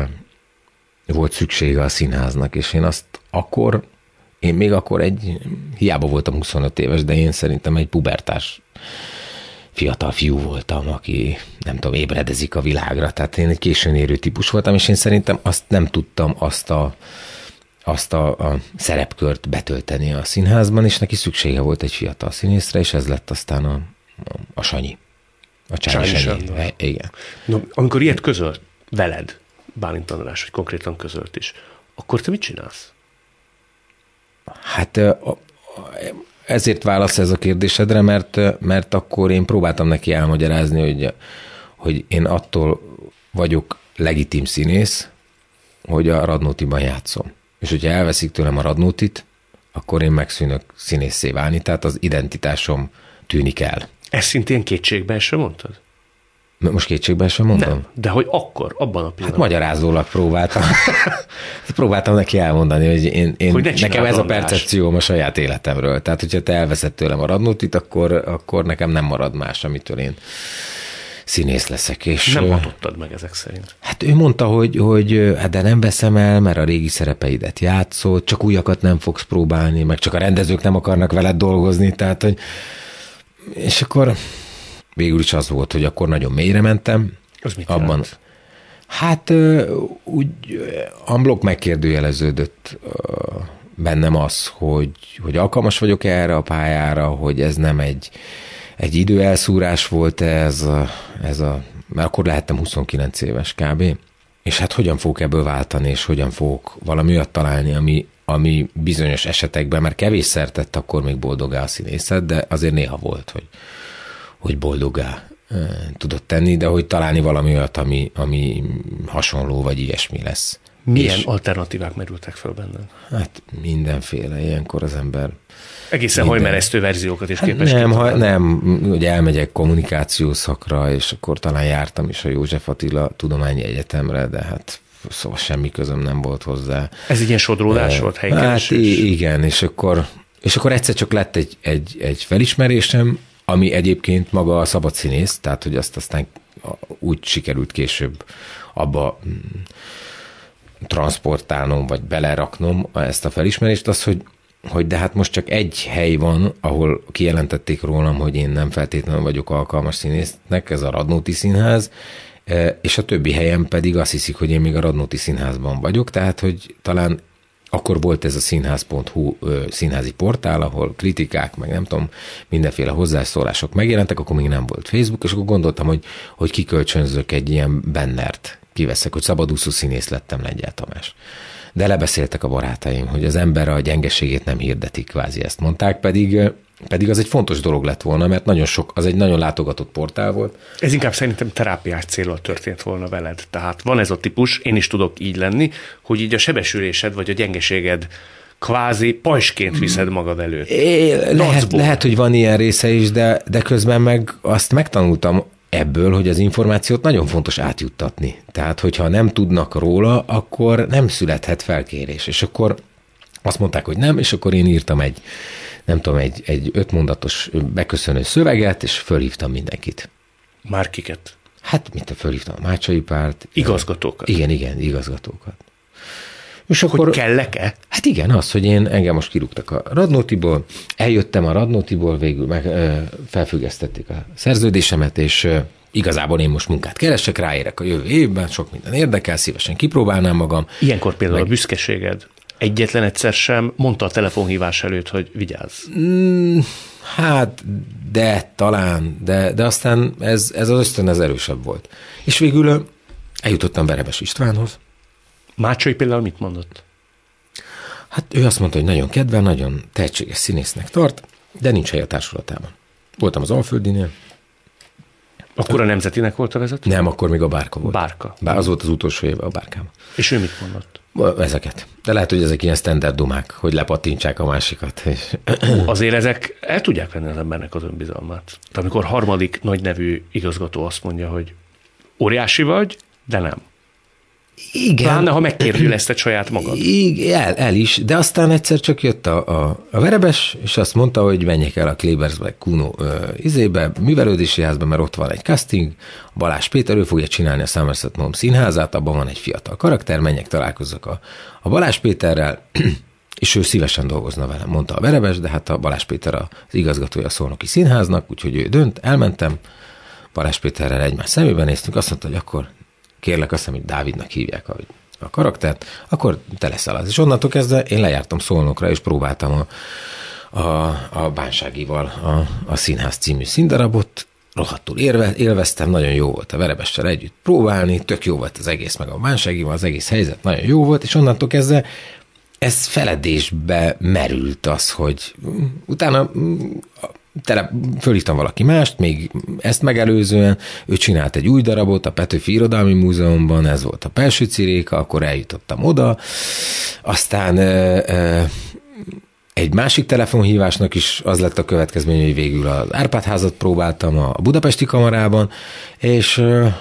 volt szüksége a színháznak, és én azt akkor, én még akkor egy, hiába voltam huszonöt éves, de én szerintem egy pubertás fiatal fiú voltam, aki nem tudom, ébredezik a világra, tehát én egy későn érő típus voltam, és én szerintem azt nem tudtam azt a, azt a, a szerepkört betölteni a színházban, és neki szüksége volt egy fiatal színészre, és ez lett aztán a, a, a Sanyi. A Csányi Sanyi. Igen. No, amikor ilyet közölt veled, Bálint András, hogy konkrétan közölt is, akkor te mit csinálsz? Hát ezért válasz ez a kérdésedre, mert, mert akkor én próbáltam neki elmagyarázni, hogy, hogy én attól vagyok legitim színész, hogy a Radnótiban játszom. És hogyha elveszik tőlem a Radnótit, akkor én megszűnök színésszé válni, tehát az identitásom tűnik el. Ezt szintén kétségbeesve mondtad? Most kétségbeesve mondom? Nem, de hogy akkor, abban a pillanatban. Hát magyarázólag próbáltam. próbáltam neki elmondani, hogy én, én hogy nekem ez a percepcióm a saját életemről. Tehát, hogyha te elveszed tőlem a Radnótit, akkor, akkor nekem nem marad más, amitől én színész leszek. És nem hatottad meg ezek szerint. Hát ő mondta, hogy, hogy hát de nem veszem el, mert a régi szerepeidet játszott, csak újakat nem fogsz próbálni, meg csak a rendezők nem akarnak veled dolgozni, tehát, hogy és akkor végül is az volt, hogy akkor nagyon mélyre mentem. Az mit abban jelent? Hát úgy unblock megkérdőjeleződött bennem az, hogy, hogy alkalmas vagyok erre a pályára, hogy ez nem egy, egy időelszúrás volt ez a, ez a, mert akkor lehettem huszonkilenc éves kb. És hát hogyan fogok ebből váltani, és hogyan fogok valami olyat találni, ami, ami bizonyos esetekben, mert kevésszer tett akkor még boldoggá a színészet, de azért néha volt, hogy, hogy boldoggá tudott tenni, de hogy találni valami olyat, ami, ami hasonló, vagy ilyesmi lesz. Milyen és, alternatívák merültek föl benned? Hát mindenféle, ilyenkor az ember... Egészen minden... hajmeresztő verziókat is hát képes. Nem, ha, nem, ugye elmegyek kommunikációs szakra, és akkor talán jártam is a József Attila Tudományi Egyetemre, de hát szóval semmi közöm nem volt hozzá. Ez egy ilyen sodródás volt, helykeresés? Hát igen, és akkor, és akkor egyszer csak lett egy, egy, egy felismerésem, ami egyébként maga a szabad színész, tehát hogy azt aztán úgy sikerült később abba transportálnom, vagy beleraknom ezt a felismerést, az, hogy, hogy de hát most csak egy hely van, ahol kijelentették rólam, hogy én nem feltétlenül vagyok alkalmas színésznek, ez a Radnóti Színház, és a többi helyen pedig azt hiszik, hogy én még a Radnóti Színházban vagyok, tehát hogy talán akkor volt ez a színház pont hu színházi portál, ahol kritikák, meg nem tudom, mindenféle hozzászólások megjelentek, akkor még nem volt Facebook, és akkor gondoltam, hogy, hogy kikölcsönzök egy ilyen bannert, kiveszek, hogy szabadúszó színész lettem, Lengyel Tamás. De lebeszéltek a barátaim, hogy az ember a gyengeségét nem hirdeti, kvázi ezt mondták, pedig, pedig az egy fontos dolog lett volna, mert nagyon sok, az egy nagyon látogatott portál volt. Ez inkább szerintem terápiás célral történt volna veled. Tehát van ez a típus, én is tudok így lenni, hogy így a sebesülésed vagy a gyengeséged kvázi pajsként viszed magad előtt. É, lehet, lehet, hogy van ilyen része is, de, de közben meg azt megtanultam ebből, hogy az információt nagyon fontos átjuttatni. Tehát, hogyha nem tudnak róla, akkor nem születhet felkérés. És akkor azt mondták, hogy nem, és akkor én írtam egy, nem tudom, egy, egy ötmondatos beköszönő szöveget, és fölhívtam mindenkit. Már kiket? Hát, mint a fölhívtam a Mácsai Párt. Igazgatókat? Igen, igen, igazgatókat. És hogy akkor, kellek-e? Hát igen, az, hogy én engem most kirúgtak a Radnótiból, eljöttem a Radnótiból, végül meg ö, felfüggesztették a szerződésemet, és ö, igazából én most munkát keresek, ráérek a jövő évben, sok minden érdekel, szívesen kipróbálnám magam. Ilyenkor például meg... a büszkeséged egyetlen egyszer sem mondta a telefonhívás előtt, hogy vigyázz. Mm, hát, de talán, de, de aztán ez, ez az ösztön ez erősebb volt. És végül eljutottam Verebes Istvánhoz. Mácsai például mit mondott? Hát ő azt mondta, hogy nagyon kedvel, nagyon tehetséges színésznek tart, de nincs hely a társulatában. Voltam az Alföldinél. Akkor a Nemzetinek volt a vezető? Nem, akkor még a Bárka volt. Bárka. Bár az volt az utolsó éve a Bárkában. És ő mit mondott? Ezeket. De lehet, hogy ezek ilyen standard dumák, hogy lepattintsák a másikat. És... Azért ezek el tudják venni az embernek az önbizalmát. Tehát amikor harmadik nagynevű igazgató azt mondja, hogy óriási vagy, de nem. Igen. Pláne, ha megkérdőjelezted saját magad. Igen, el, el is, de aztán egyszer csak jött a, a, a Verebes, és azt mondta, hogy menjek el a Klebersbe, Kuno ö, izébe, művelődési házba, mert ott van egy casting, Balázs Péter, ő fogja csinálni a Somerset Maugham színházát, abban van egy fiatal karakter, menjek, találkozzak a, a Balázs Péterrel, és ő szívesen dolgozna velem, mondta a Verebes, de hát a Balázs Péter az igazgatója a Szolnoki Színháznak, úgyhogy ő dönt, elmentem, Balázs Péterrel egymás szemében néztünk, azt mondta, hogy akkor kérlek, azt hiszem, hogy Dávidnak hívják a, a karaktert, akkor te leszel az. És onnantól kezdve én lejártam Szolnokra, és próbáltam a, a, a Bánságival a, a Színház című színdarabot, rohadtul érve, élveztem, nagyon jó volt a Verebessel együtt próbálni, tök jó volt az egész, meg a Bánságival, az egész helyzet nagyon jó volt, és onnantól kezdve ez feledésbe merült az, hogy utána tele, fölhívtam valaki mást, még ezt megelőzően, ő csinált egy új darabot a Petőfi Irodalmi Múzeumban, ez volt a Pelső Ciréka, akkor eljutottam oda, aztán e, e, egy másik telefonhívásnak is az lett a következmény, hogy végül az Árpád házat próbáltam a Budapesti Kamarában, és...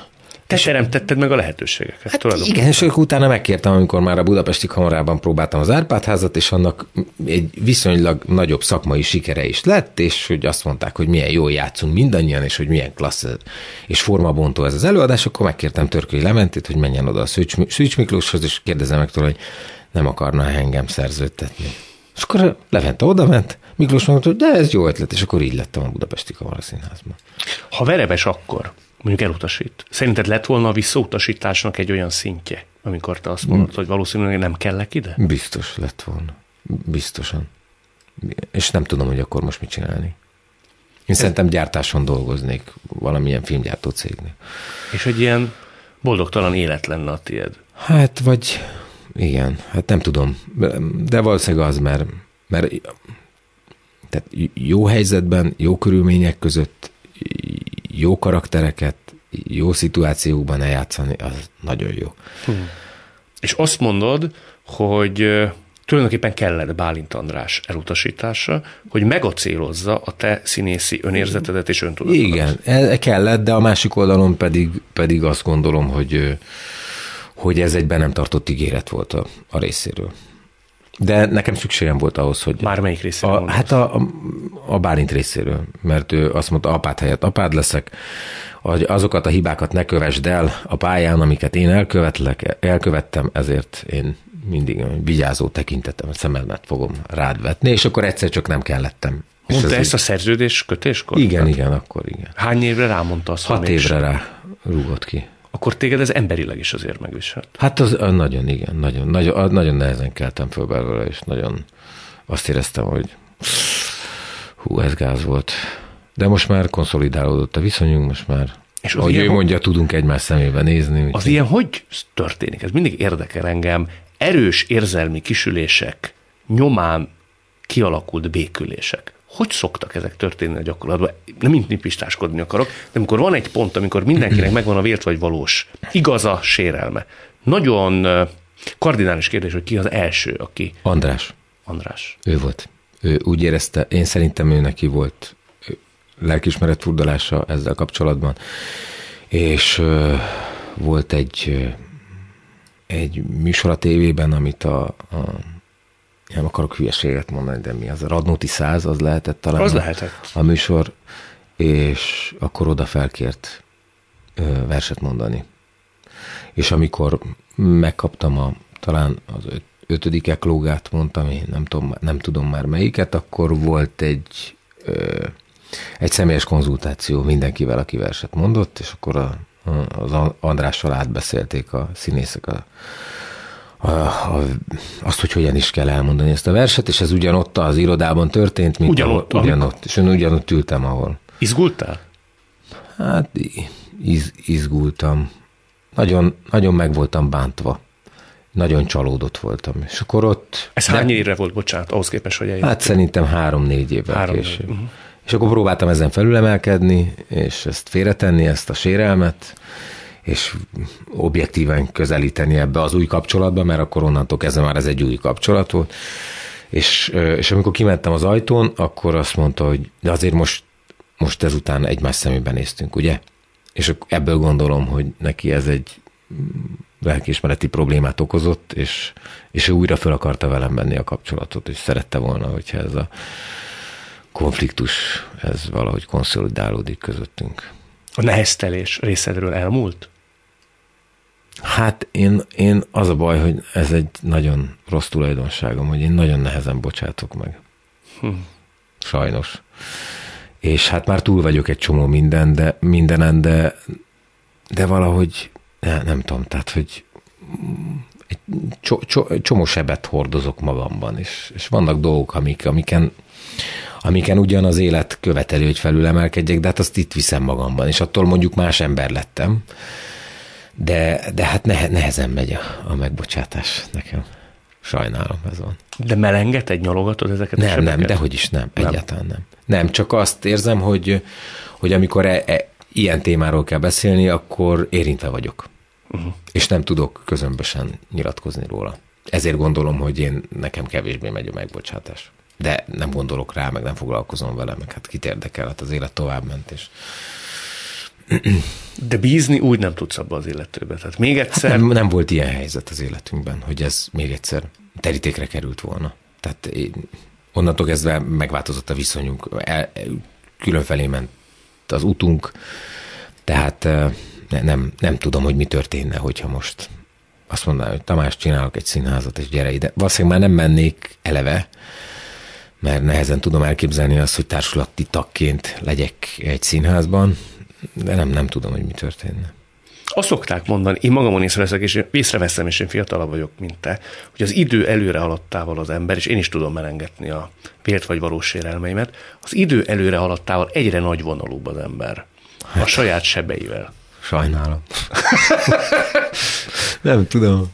Te teremtetted meg a lehetőségeket. Hát igen, és utána megkértem, amikor már a budapesti kamarában próbáltam az Árpád-házat, és annak egy viszonylag nagyobb szakmai sikere is lett, és hogy azt mondták, hogy milyen jól játszunk mindannyian, és hogy milyen klassz és formabontó ez az előadás, akkor megkértem Törköly Lementét, hogy menjen oda a Szűcs Miklóshoz, és kérdezem meg tőle, hogy nem akarna engem szerződtetni. És akkor Levente oda ment, Miklós mondta, hogy de ez jó ötlet, és akkor így lettem a Budapesti Kamaraszínházban. Ha Verebes akkor mondjuk elutasít, szerinted lett volna a visszautasításnak egy olyan szintje, amikor te azt mondod, hogy valószínűleg nem kellek ide? Biztos lett volna. Biztosan. És nem tudom, hogy akkor most mit csinálni. Én Ez... szerintem gyártáson dolgoznék, valamilyen filmgyártó cégnél. És egy ilyen boldogtalan élet lenne a tiéd. Hát, vagy igen, hát nem tudom. De valószínűleg az, mert, mert tehát jó helyzetben, jó körülmények között, jó karaktereket, jó szituációkban eljátszani, az nagyon jó. Hmm. És azt mondod, hogy tulajdonképpen kellett Bálint András elutasítása, hogy megacélozza a te színészi önérzetedet és öntudatodat. Igen, e- kellett, de a másik oldalon pedig, pedig azt gondolom, hogy, hogy ez egy be nem tartott ígéret volt a, a részéről. De nekem szükségem volt ahhoz, hogy... Már melyik részéről a, Hát a, a, a Bálint részéről, mert ő azt mondta, apád helyett apád leszek, hogy azokat a hibákat ne kövesd el a pályán, amiket én elkövetlek, elkövettem, ezért én mindig vigyázó tekintetem, szememet fogom rád vetni, és akkor egyszer csak nem kellettem. Mondta ez ezt így... a szerződés kötéskor? Igen, hát, igen, akkor igen. Hány évre rámondta azt? Hat évre rá rúgott ki. Akkor téged ez emberileg is azért megviselt. Hát az nagyon, igen, nagyon, nagyon, nagyon nehezen keltem föl belőle, és nagyon azt éreztem, hogy hú, ez gáz volt. De most már konszolidálódott a viszonyunk, most már, és ahogy ő mondja, tudunk egymás szemébe nézni. Az úgy, ilyen hogy történik? Ez mindig érdekel engem. Erős érzelmi kisülések nyomán kialakult békülések. Hogy szoktak ezek történni a gyakorlatban? Nem mint pistáskodni akarok, de amikor van egy pont, amikor mindenkinek megvan a vért vagy valós igaza, sérelme. Nagyon kardinális kérdés, hogy ki az első, aki... András. András. Ő volt. Ő úgy érezte, én szerintem ő neki volt lelkiismeret furdalása ezzel kapcsolatban, és uh, volt egy, egy műsor a tévében, amit a, a nem akarok hülyeséget mondani, de mi az? A Radnóti száz, az lehetett talán az a, lehetett. a műsor, és akkor oda felkért ö, verset mondani. És amikor megkaptam a, talán az öt, ötödik eklógát mondtam, én nem tudom, nem tudom már melyiket, akkor volt egy ö, egy személyes konzultáció mindenkivel, aki verset mondott, és akkor a, az Andrással átbeszélték a színészek a A, a, azt, hogy hogyan is kell elmondani ezt a verset, és ez ugyanott az irodában történt, mint ugyanott, ahol, ugyanott, és én ugyanott ültem, ahol. Izgultál? Hát iz, izgultam. Nagyon, nagyon meg voltam bántva. Nagyon csalódott voltam. És akkor ott... Ez hány évre volt, bocsánat, ahhoz képest, hogy eljöttem? Hát szerintem három-négy évvel három később. Uh-huh. És akkor próbáltam ezen felülemelkedni, és ezt félretenni, ezt a sérelmet, és objektíven közelíteni ebbe az új kapcsolatba, mert akkor onnantól kezdve már ez egy új kapcsolat volt. És, és amikor kimentem az ajtón, akkor azt mondta, hogy de azért most, most ezután egymás szemébe néztünk, ugye? És ebből gondolom, hogy neki ez egy lelkiismereti problémát okozott, és, és ő újra fel akarta velem venni a kapcsolatot, és szerette volna, hogyha ez a konfliktus, ez valahogy konszolidálódik közöttünk. A neheztelés részedről elmúlt? Hát én, én az a baj, hogy ez egy nagyon rossz tulajdonságom, hogy én nagyon nehezen bocsátok meg. Hm. Sajnos. És hát már túl vagyok egy csomó minden, de, mindenen, de, de valahogy ne, nem tudom, tehát, hogy egy cso, cso, csomó sebet hordozok magamban, és, és vannak dolgok, amik, amiken, amiken ugyan az élet követeli, hogy felülemelkedjek, de hát azt itt viszem magamban, és attól mondjuk más ember lettem, de, de hát nehe, nehezen megy a, a megbocsátás nekem. Sajnálom, ez van. De melenget egy nyalogatod ezeket nem, a sebeket? Nem, dehogy is nem, nem, egyáltalán nem. Nem, csak azt érzem, hogy, hogy amikor e, e, ilyen témáról kell beszélni, akkor érintve vagyok. Uh-huh. És nem tudok közömbösen nyilatkozni róla. Ezért gondolom, hogy én nekem kevésbé megy a megbocsátás. De nem gondolok rá, meg nem foglalkozom vele, meg hát kit érdekel, hát az élet tovább ment, és De bízni úgy nem tudsz abba az illetőbe. Tehát még egyszer... Hát nem, nem volt ilyen helyzet az életünkben, hogy ez még egyszer terítékre került volna. Tehát én, onnantól kezdve megváltozott a viszonyunk. El, különfelé ment az utunk, tehát ne, nem, nem tudom, hogy mi történne, hogyha most azt mondaná, hogy Tamás, csinálok egy színházat, és gyere ide. Valószínűleg már nem mennék eleve, mert nehezen tudom elképzelni azt, hogy társulati tagként legyek egy színházban, de nem, nem tudom, hogy mi történne. Azt szokták mondani, én magamon észreveszek, és észreveszem, és én fiatalabb vagyok, mint te, hogy az idő előre haladtával az ember, és én is tudom melengetni a vélt vagy valós sérelmeimet, az idő előre haladtával egyre nagyvonalúbb az ember. A hát, saját sebeivel. Sajnálom. Nem tudom.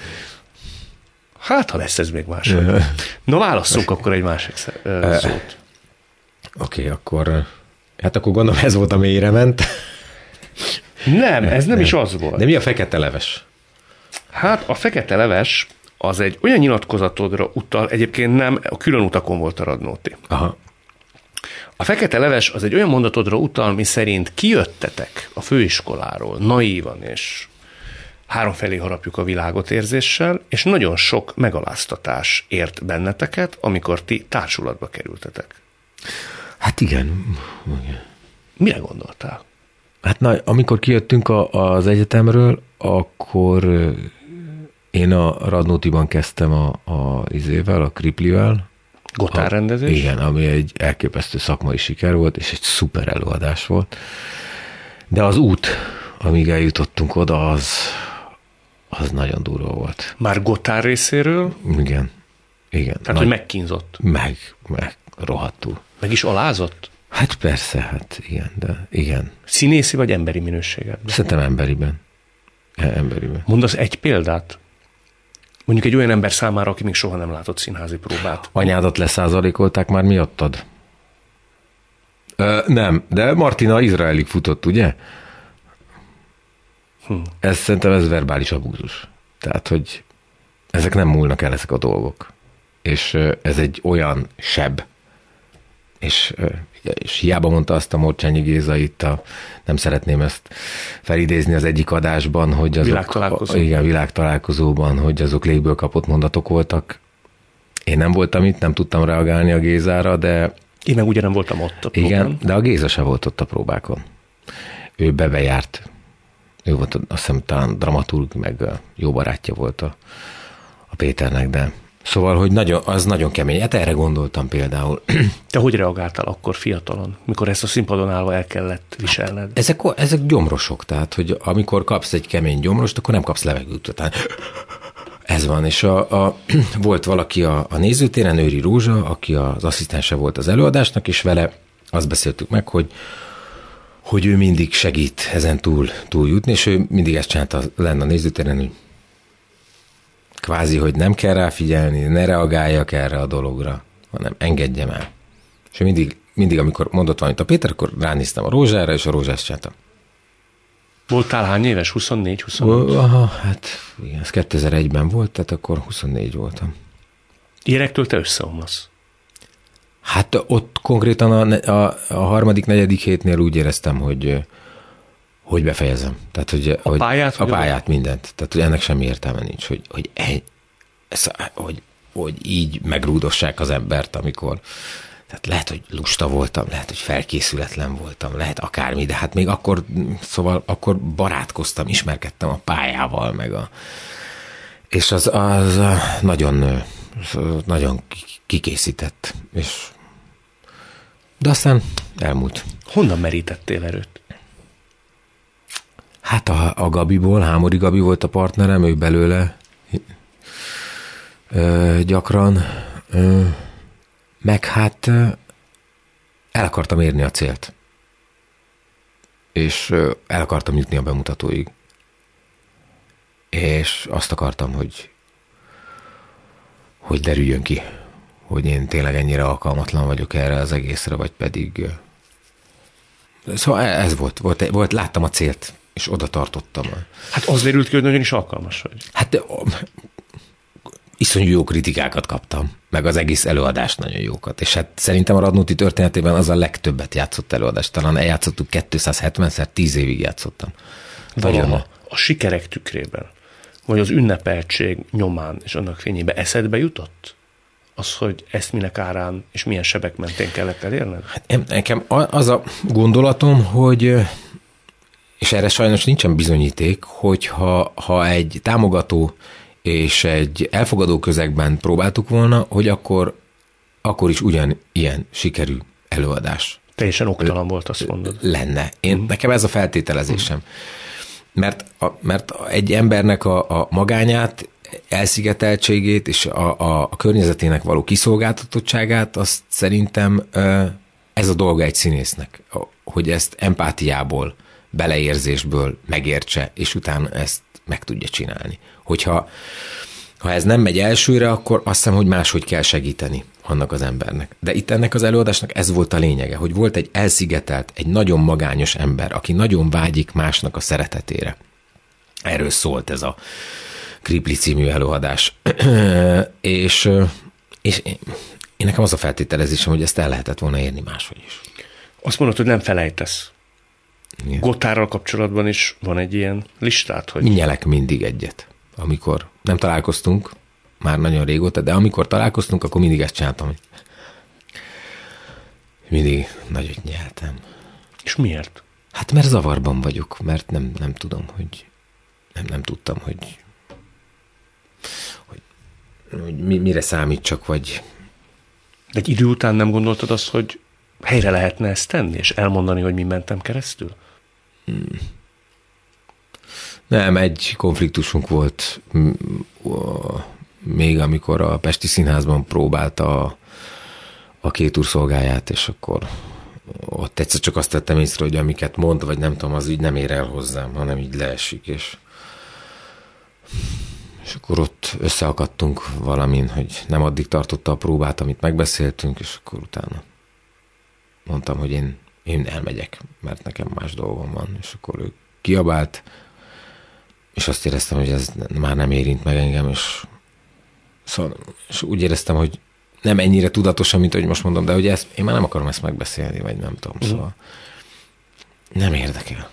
Hát, ha lesz ez még máshogy. No, válasszunk akkor egy másik szót. Oké, okay, akkor hát akkor gondolom ez volt a mélyre ment. Nem, ez nem, nem is az volt. De mi a fekete leves? Hát a fekete leves az egy olyan nyilatkozatodra utal, egyébként nem, a külön utakon volt a Radnóti. Aha. A fekete leves az egy olyan mondatodra utal, mi szerint kijöttetek a főiskoláról naívan, és háromfelé harapjuk a világot érzéssel, és nagyon sok megaláztatás ért benneteket, amikor ti társulatba kerültetek. Hát igen. igen. Mire gondoltál? Hát na, amikor kijöttünk a, az egyetemről, akkor én a Radnótiban kezdtem a, a izével, a Kriplivel. Gotthárd-rendezés? Igen, ami egy elképesztő szakmai siker volt, és egy szuper előadás volt. De az út, amíg eljutottunk oda, az, az nagyon durva volt. Már Gotthárd részéről? Igen. Igen. Tehát, Nagy... hogy megkínzott? Meg, meg, rohadtul. Meg is alázott? Hát persze, hát igen, de igen. Színészi vagy emberi minőségedben? Szerintem emberiben. Emberiben. Mondasz egy példát? Mondjuk egy olyan ember számára, aki még soha nem látott színházi próbát. Anyádat leszázalékolták már miattad? Ö, nem, de Martina Izraelig futott, ugye? Hm. Ez szerintem ez verbális abúzus. Tehát, hogy ezek nem múlnak el, ezek a dolgok. És ez egy olyan seb, és, és hiába mondta azt a Morcsányi Géza itt, a, nem szeretném ezt felidézni az egyik adásban, hogy azok, világtalálkozó. Igen, világtalálkozóban, hogy azok légből kapott mondatok voltak. Én nem voltam itt, nem tudtam reagálni a Gézára, de... Én meg ugye nem voltam ott a próbán. Igen, de a Géza se volt ott a próbákon. Ő bebejárt. Ő volt, azt hiszem, talán dramaturg, meg jó barátja volt a, a Péternek, de... Szóval, hogy nagyon, az nagyon kemény. Hát erre gondoltam például. Te hogy reagáltál akkor fiatalon, mikor ezt a színpadon állva el kellett viselned? Hát ezek, ezek gyomrosok, tehát, hogy amikor kapsz egy kemény gyomrost, akkor nem kapsz levegőt. Tehát ez van, és a, a, volt valaki a, a nézőtéren, Őri Rózsa, aki az asszisztense volt az előadásnak, és vele azt beszéltük meg, hogy, hogy ő mindig segít ezen túl, túl jutni, és ő mindig ezt csinálta lenne a nézőtéren, hogy kvázi, hogy nem kell rá figyelni, ne reagáljak erre a dologra, hanem engedjem el. És mindig, mindig amikor mondott valamit a Péter, akkor ránéztem a Rózsára, és a Rózsát csináltam. Voltál hány éves? huszonnégy huszonöt? Aha, hát igen, ez kétezer-egyben volt, tehát akkor huszonnégy voltam. Ilyenektől te összeomlasz? Hát ott konkrétan a, a, a harmadik, negyedik hétnél úgy éreztem, hogy hogy befejezem. Tehát, hogy, a hogy pályát? A pályát, mindent. Tehát, hogy ennek semmi értelme nincs, hogy, hogy, egy, ez, hogy, hogy így megrúdossák az embert, amikor... Tehát lehet, hogy lusta voltam, lehet, hogy felkészületlen voltam, lehet akármi, de hát még akkor, szóval akkor barátkoztam, ismerkedtem a pályával, meg a... És az, az nagyon, nagyon kikészített, és... De aztán elmúlt. Honnan merítettél erőt? Hát a, a Gabiból, Hámori Gabi volt a partnerem, ő belőle ö, gyakran, ö, meg hát ö, el akartam érni a célt. És ö, el akartam jutni a bemutatóig. És azt akartam, hogy hogy derüljön ki, hogy én tényleg ennyire alkalmatlan vagyok erre az egészre, vagy pedig... Ö, szóval ez volt, volt, volt, láttam a célt, és oda tartottam. Hát az derült ki, hogy nagyon is alkalmas vagy. Hát iszonyú jó kritikákat kaptam, meg az egész előadás nagyon jókat. És hát szerintem a Radnóti történetében az a legtöbbet játszott előadás. Talán eljátszottuk kétszázhetvenszer, tíz évig játszottam. Valaha a sikerek tükrében, vagy az ünnepeltség nyomán és annak fényében eszedbe jutott? Az, hogy ezt minek árán és milyen sebek mentén kellett elérned? Hát nekem az a gondolatom, hogy, és erre sajnos nincsen bizonyíték, hogy ha, ha egy támogató és egy elfogadó közegben próbáltuk volna, hogy akkor, akkor is ugyanilyen sikerű előadás. Teljesen oktalan volt, azt mondod. Lenne. Én, mm. Nekem ez a feltételezésem. Mm. Mert, a, mert egy embernek a, a magányát, elszigeteltségét és a, a, a környezetének való kiszolgáltatottságát, azt szerintem ez a dolga egy színésznek, hogy ezt empátiából, beleérzésből megértse, és utána ezt meg tudja csinálni. Hogyha ha ez nem megy elsőre, akkor azt hiszem, hogy máshogy kell segíteni annak az embernek. De itt ennek az előadásnak ez volt a lényege, hogy volt egy elszigetelt, egy nagyon magányos ember, aki nagyon vágyik másnak a szeretetére. Erről szólt ez a Kripli című előadás. és, és én, én nekem az a feltételezésem, hogy ezt el lehetett volna érni máshogy is. Azt mondod, hogy nem felejtesz. Igen. Gottárral kapcsolatban is van egy ilyen listát, hogy... Nyelek mindig egyet. Amikor nem találkoztunk, már nagyon régóta, de amikor találkoztunk, akkor mindig ezt csináltam. Mindig nagyot nyeltem. És miért? Hát mert zavarban vagyok, mert nem, nem tudom, hogy nem, nem tudtam, hogy, hogy, hogy mire számítsak, vagy... De egy idő után nem gondoltad azt, hogy helyre lehetne ezt tenni, és elmondani, hogy mi mentem keresztül? Hmm. Nem, egy konfliktusunk volt még, amikor a Pesti Színházban próbálta a, a két úr szolgáját, és akkor ott egyszer csak azt tettem észre, hogy amiket mond, vagy nem tudom, az így nem ér el hozzám, hanem így leesik, és, és akkor ott összeakadtunk valamin, hogy nem addig tartotta a próbát, amit megbeszéltünk, és akkor utána mondtam, hogy én, én elmegyek, mert nekem más dolgom van, és akkor ő kiabált, és azt éreztem, hogy ez már nem érint meg engem, és, szóval, és úgy éreztem, hogy nem ennyire tudatosan, mint hogy most mondom, de hogy ezt, én már nem akarom ezt megbeszélni, vagy nem tudom, uh-huh. Szóval nem érdekel.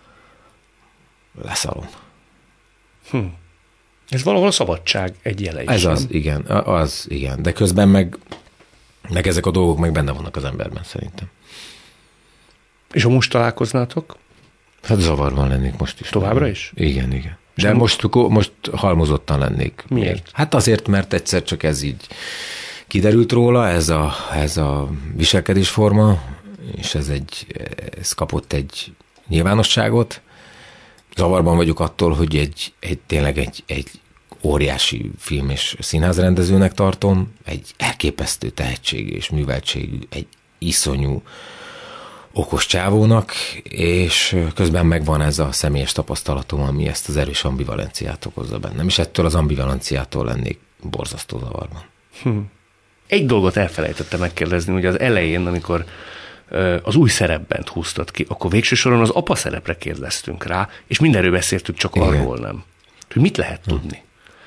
Leszalom. Hm. Ez valahol a szabadság egy jele is. Ez az, igen, az, igen, de közben meg, meg ezek a dolgok meg benne vannak az emberben, szerintem. És ha most találkoznátok? Hát zavarban lennék most is. Továbbra is? Igen, igen. De nem most, most halmozottan lennék. Miért? Még. Hát azért, mert egyszer csak ez így kiderült róla, ez a, ez a viselkedésforma, és ez, egy, ez kapott egy nyilvánosságot. Zavarban vagyok attól, hogy egy, egy tényleg egy, egy óriási film és színházrendezőnek tartom, egy elképesztő tehetségű és műveltségű, egy iszonyú okos csávónak, és közben megvan ez a személyes tapasztalatom, ami ezt az erős ambivalenciát okozza bennem, és ettől az ambivalenciától lennék borzasztó zavarban. Hm. Egy dolgot elfelejtettem megkérdezni, ugye az elején, amikor az új szerepben húztad ki, akkor végső soron az apa szerepre kérdeztünk rá, és mindenről beszéltünk, csak igen. Arról nem. Hogy mit lehet tudni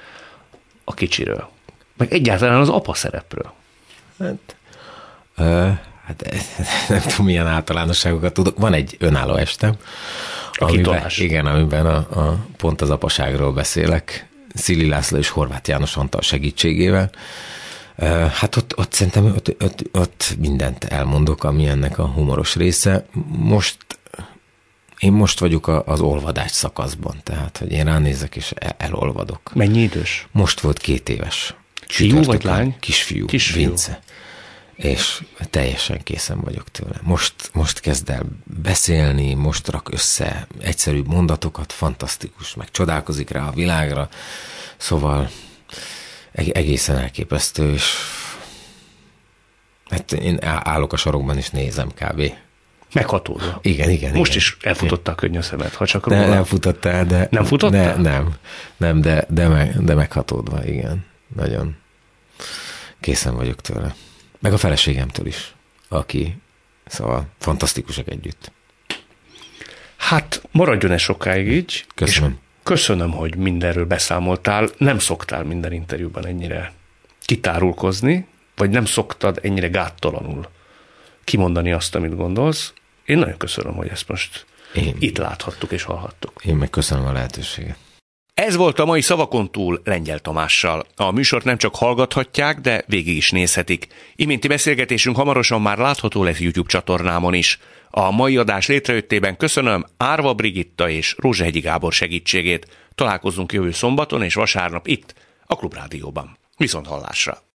a kicsiről? Meg egyáltalán az apa szerepről? Hát... Uh... Hát nem tudom, milyen általánosságokat tudok. Van egy önálló estem, amiben, igen, amiben a, a, pont az apaságról beszélek, Szili László és Horváth János Antal segítségével. Hát ott, ott szerintem ott, ott, ott mindent elmondok, ami ennek a humoros része. Most, én most vagyok az olvadás szakaszban, tehát, hogy én ránézek és el, elolvadok. Mennyi idős? Most volt két éves. Fiú vagy lány? Kisfiú, Kisfiú. Vince. És teljesen készen vagyok tőle. Most, most kezd el beszélni, most rak össze egyszerűbb mondatokat, fantasztikus, meg csodálkozik rá a világra, szóval egészen elképesztő, és hát én állok a sarokban és nézem kb. Meghatódva. Igen, igen. Most igen. is elfutotta a könnyű szemed, ha csak ne, róla. Nem futott el, de... Nem futott el? Ne, nem, nem, de, de, meg, de meghatódva, igen. Nagyon készen vagyok tőle. Meg a feleségemtől is, aki, szóval fantasztikusak együtt. Hát maradjon ez sokáig így. Köszönöm. Köszönöm, hogy mindenről beszámoltál. Nem szoktál minden interjúban ennyire kitárulkozni, vagy nem szoktad ennyire gáttalanul kimondani azt, amit gondolsz. Én nagyon köszönöm, hogy ezt most én, itt láthattuk és hallhattuk. Én meg köszönöm a lehetőséget. Ez volt a mai Szavakon túl Lengyel Tamással. A műsort nem csak hallgathatják, de végig is nézhetik. Iménti beszélgetésünk hamarosan már látható lesz YouTube csatornámon is. A mai adás létrejöttében köszönöm Árva Brigitta és Rózsahegyi Gábor segítségét. Találkozunk jövő szombaton és vasárnap itt, a Klubrádióban. Viszont hallásra!